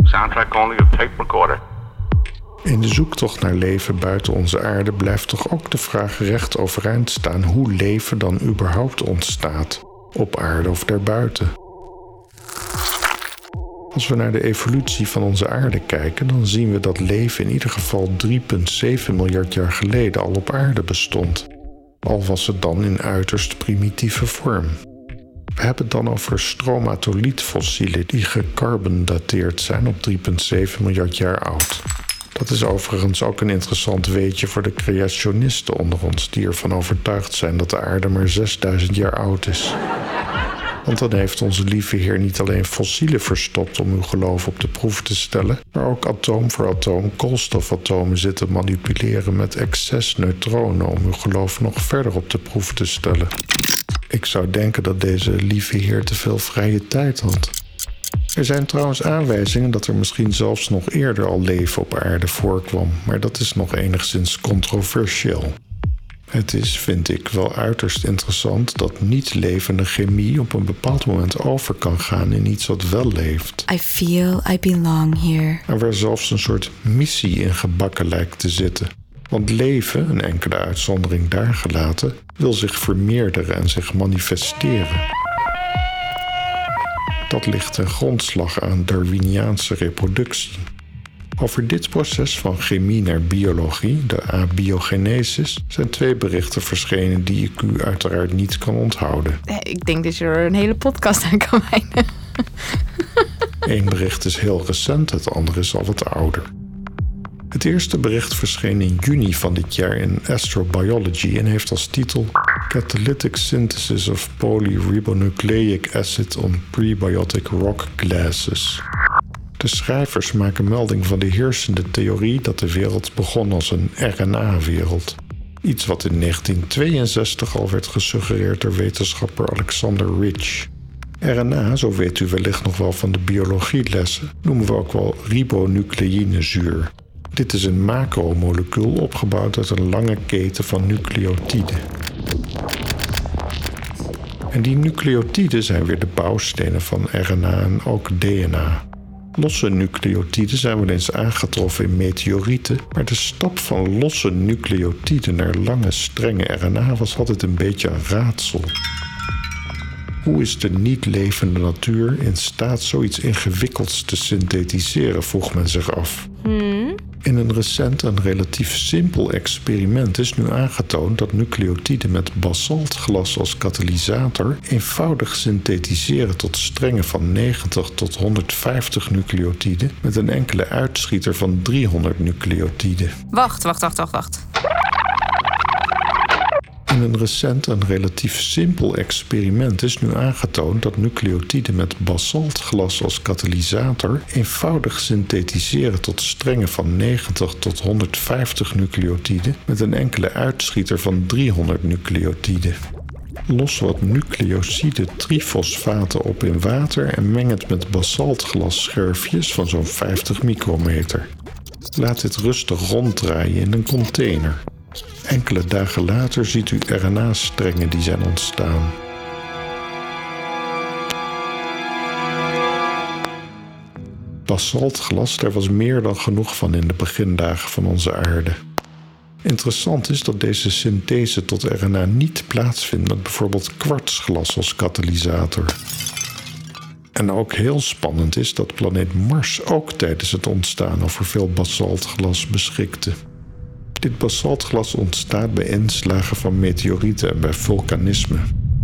Soundtrack only of tape recorder. In de zoektocht naar leven buiten onze aarde blijft toch ook de vraag recht overeind staan hoe leven dan überhaupt ontstaat, op aarde of daarbuiten. Als we naar de evolutie van onze aarde kijken, dan zien we dat leven in ieder geval 3,7 miljard jaar geleden al op aarde bestond. Al was het dan in uiterst primitieve vorm. We hebben het dan over stromatolietfossielen die gecarbondateerd zijn op 3,7 miljard jaar oud. Dat is overigens ook een interessant weetje voor de creationisten onder ons die ervan overtuigd zijn dat de aarde maar 6000 jaar oud is. Want dan heeft onze lieve Heer niet alleen fossielen verstopt om uw geloof op de proef te stellen, maar ook atoom voor atoom koolstofatomen zitten manipuleren met excess neutronen om uw geloof nog verder op de proef te stellen. Ik zou denken dat deze lieve Heer te veel vrije tijd had. Er zijn trouwens aanwijzingen dat er misschien zelfs nog eerder al leven op aarde voorkwam, maar dat is nog enigszins controversieel. Het is, vind ik, wel uiterst interessant dat niet-levende chemie op een bepaald moment over kan gaan in iets wat wel leeft. I feel I belong here. En waar zelfs een soort missie in gebakken lijkt te zitten. Want leven, een enkele uitzondering daar gelaten, wil zich vermeerderen en zich manifesteren. Dat ligt ten grondslag aan Darwiniaanse reproductie. Over dit proces van chemie naar biologie, de abiogenesis, zijn 2 berichten verschenen die ik u uiteraard niet kan onthouden. Ik denk dat je er een hele podcast aan kan wijden. 1 bericht is heel recent, het andere is al wat ouder. Het eerste bericht verscheen in juni van dit jaar in Astrobiology en heeft als titel Catalytic Synthesis of Polyribonucleic Acid on Prebiotic Rock Glasses. De schrijvers maken melding van de heersende theorie dat de wereld begon als een RNA-wereld. Iets wat in 1962 al werd gesuggereerd door wetenschapper Alexander Ridge. RNA, zo weet u wellicht nog wel van de biologielessen, noemen we ook wel ribonucleïnezuur. Dit is een macromolecuul opgebouwd uit een lange keten van nucleotiden. En die nucleotiden zijn weer de bouwstenen van RNA en ook DNA. Losse nucleotiden zijn wel eens aangetroffen in meteorieten, maar de stap van losse nucleotiden naar lange, strenge RNA was altijd een beetje een raadsel. Hoe is de niet-levende natuur in staat zoiets ingewikkelds te synthetiseren, vroeg men zich af. In een recent en relatief simpel experiment is nu aangetoond dat nucleotiden met basaltglas als katalysator eenvoudig synthetiseren tot strengen van 90 tot 150 nucleotiden met een enkele uitschieter van 300 nucleotiden. Wacht. In een recent en relatief simpel experiment is nu aangetoond dat nucleotiden met basaltglas als katalysator eenvoudig synthetiseren tot strengen van 90 tot 150 nucleotiden met een enkele uitschieter van 300 nucleotiden. Los wat nucleoside trifosfaten op in water en meng het met basaltglasscherfjes van zo'n 50 micrometer. Laat dit rustig ronddraaien in een container. Enkele dagen later ziet u RNA-strengen die zijn ontstaan. Basaltglas, daar was meer dan genoeg van in de begindagen van onze aarde. Interessant is dat deze synthese tot RNA niet plaatsvindt met bijvoorbeeld kwartsglas als katalysator. En ook heel spannend is dat planeet Mars ook tijdens het ontstaan over veel basaltglas beschikte. Dit basaltglas ontstaat bij inslagen van meteorieten en bij vulkanisme.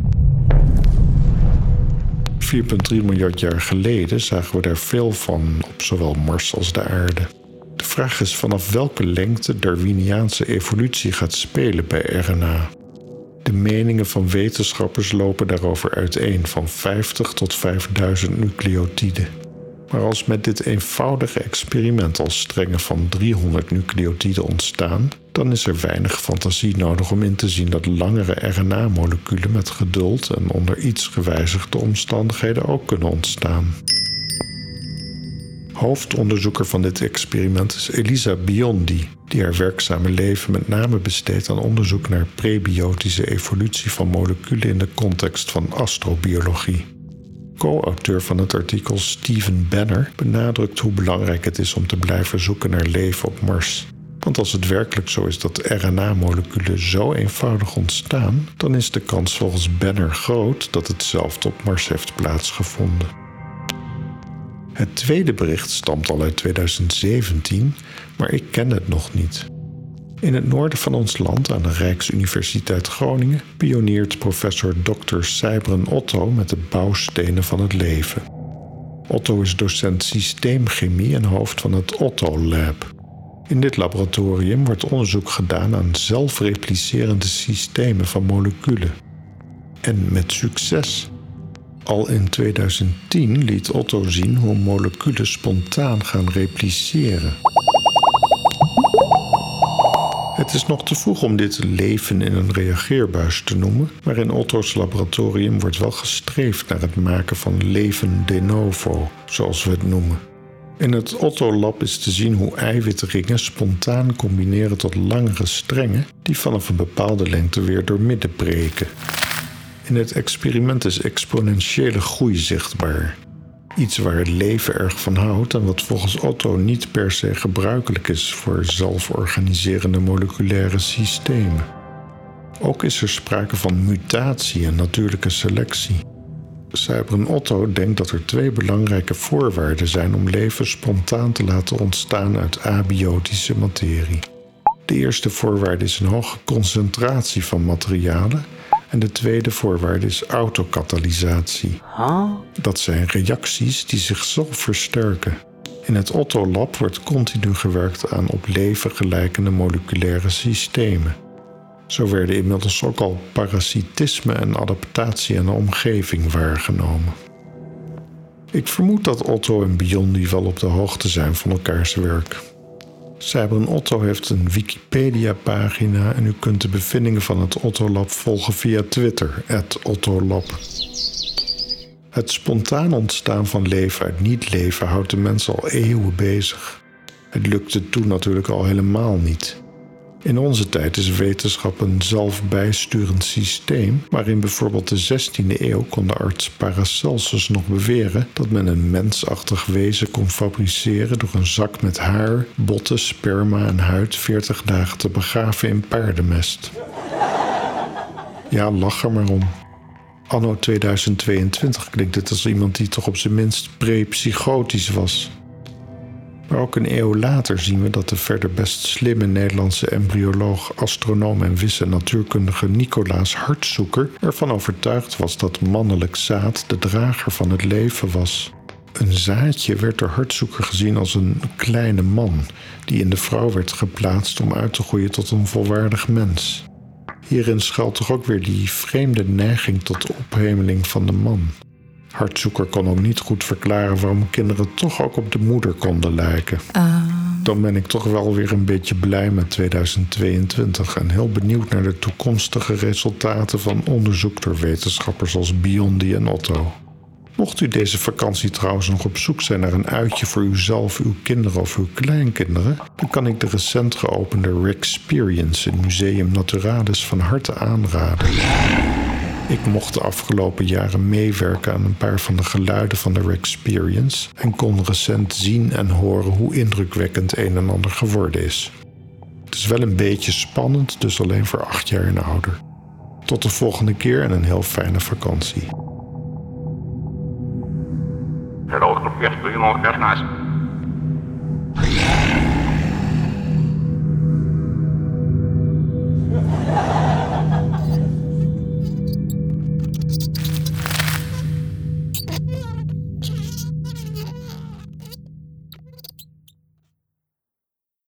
4,3 miljard jaar geleden zagen we daar veel van op zowel Mars als de aarde. De vraag is vanaf welke lengte Darwiniaanse evolutie gaat spelen bij RNA. De meningen van wetenschappers lopen daarover uiteen van 50 tot 5000 nucleotiden. Maar als met dit eenvoudige experiment al strengen van 300 nucleotiden ontstaan, dan is er weinig fantasie nodig om in te zien dat langere RNA-moleculen met geduld en onder iets gewijzigde omstandigheden ook kunnen ontstaan. Hoofdonderzoeker van dit experiment is Elisa Biondi, die haar werkzame leven met name besteedt aan onderzoek naar prebiotische evolutie van moleculen in de context van astrobiologie. co-auteur van het artikel Steven Banner benadrukt hoe belangrijk het is om te blijven zoeken naar leven op Mars. Want als het werkelijk zo is dat RNA-moleculen zo eenvoudig ontstaan, dan is de kans volgens Banner groot dat hetzelfde op Mars heeft plaatsgevonden. Het tweede bericht stamt al uit 2017, maar ik ken het nog niet. In het noorden van ons land, aan de Rijksuniversiteit Groningen, pioneert professor Dr. Sijbren Otto met de bouwstenen van het leven. Otto is docent systeemchemie en hoofd van het Otto Lab. In dit laboratorium wordt onderzoek gedaan aan zelfreplicerende systemen van moleculen. En met succes. Al in 2010 liet Otto zien hoe moleculen spontaan gaan repliceren. Het is nog te vroeg om dit leven in een reageerbuis te noemen, maar in Otto's laboratorium wordt wel gestreefd naar het maken van leven de novo, zoals we het noemen. In het Otto-lab is te zien hoe eiwitringen spontaan combineren tot langere strengen die vanaf een bepaalde lengte weer doormidden breken. In het experiment is exponentiële groei zichtbaar. Iets waar het leven erg van houdt en wat volgens Otto niet per se gebruikelijk is voor zelforganiserende moleculaire systemen. Ook is er sprake van mutatie en natuurlijke selectie. Sijbren Otto denkt dat er 2 belangrijke voorwaarden zijn om leven spontaan te laten ontstaan uit abiotische materie. De eerste voorwaarde is een hoge concentratie van materialen en de tweede voorwaarde is autokatalysatie. Dat zijn reacties die zichzelf versterken. In het Otto-lab wordt continu gewerkt aan op leven gelijkende moleculaire systemen. Zo werden inmiddels ook al parasitisme en adaptatie aan de omgeving waargenomen. Ik vermoed dat Otto en Biondi wel op de hoogte zijn van elkaars werk. Sijbren Otto heeft een Wikipedia-pagina en u kunt de bevindingen van het Otto-lab volgen via Twitter, @OttoLab. Het spontaan ontstaan van leven uit niet-leven houdt de mens al eeuwen bezig. Het lukte toen natuurlijk al helemaal niet. In onze tijd is wetenschap een zelfbijsturend systeem, maar in bijvoorbeeld de 16e eeuw kon de arts Paracelsus nog beweren dat men een mensachtig wezen kon fabriceren door een zak met haar, botten, sperma en huid 40 dagen te begraven in paardenmest. Ja, lach er maar om. Anno 2022 klinkt het als iemand die toch op zijn minst pre-psychotisch was. Maar ook een eeuw later zien we dat de verder best slimme Nederlandse embryoloog, astronoom en wisse natuurkundige Nicolaas Hartzoeker ervan overtuigd was dat mannelijk zaad de drager van het leven was. Een zaadje werd door Hartzoeker gezien als een kleine man die in de vrouw werd geplaatst om uit te groeien tot een volwaardig mens. Hierin schuilt toch ook weer die vreemde neiging tot ophemeling van de man. Hartzoeker kon ook niet goed verklaren waarom kinderen toch ook op de moeder konden lijken. Dan ben ik toch wel weer een beetje blij met 2022 en heel benieuwd naar de toekomstige resultaten van onderzoek door wetenschappers als Biondi en Otto. Mocht u deze vakantie trouwens nog op zoek zijn naar een uitje voor uzelf, uw kinderen of uw kleinkinderen, dan kan ik de recent geopende Rexperience in Museum Naturalis van harte aanraden. Ik mocht de afgelopen jaren meewerken aan een paar van de geluiden van de Rexperience en kon recent zien en horen hoe indrukwekkend een en ander geworden is. Het is wel een beetje spannend, dus alleen voor 8 jaar en ouder. Tot de volgende keer en een heel fijne vakantie. Hello, yes, do you know that's nice?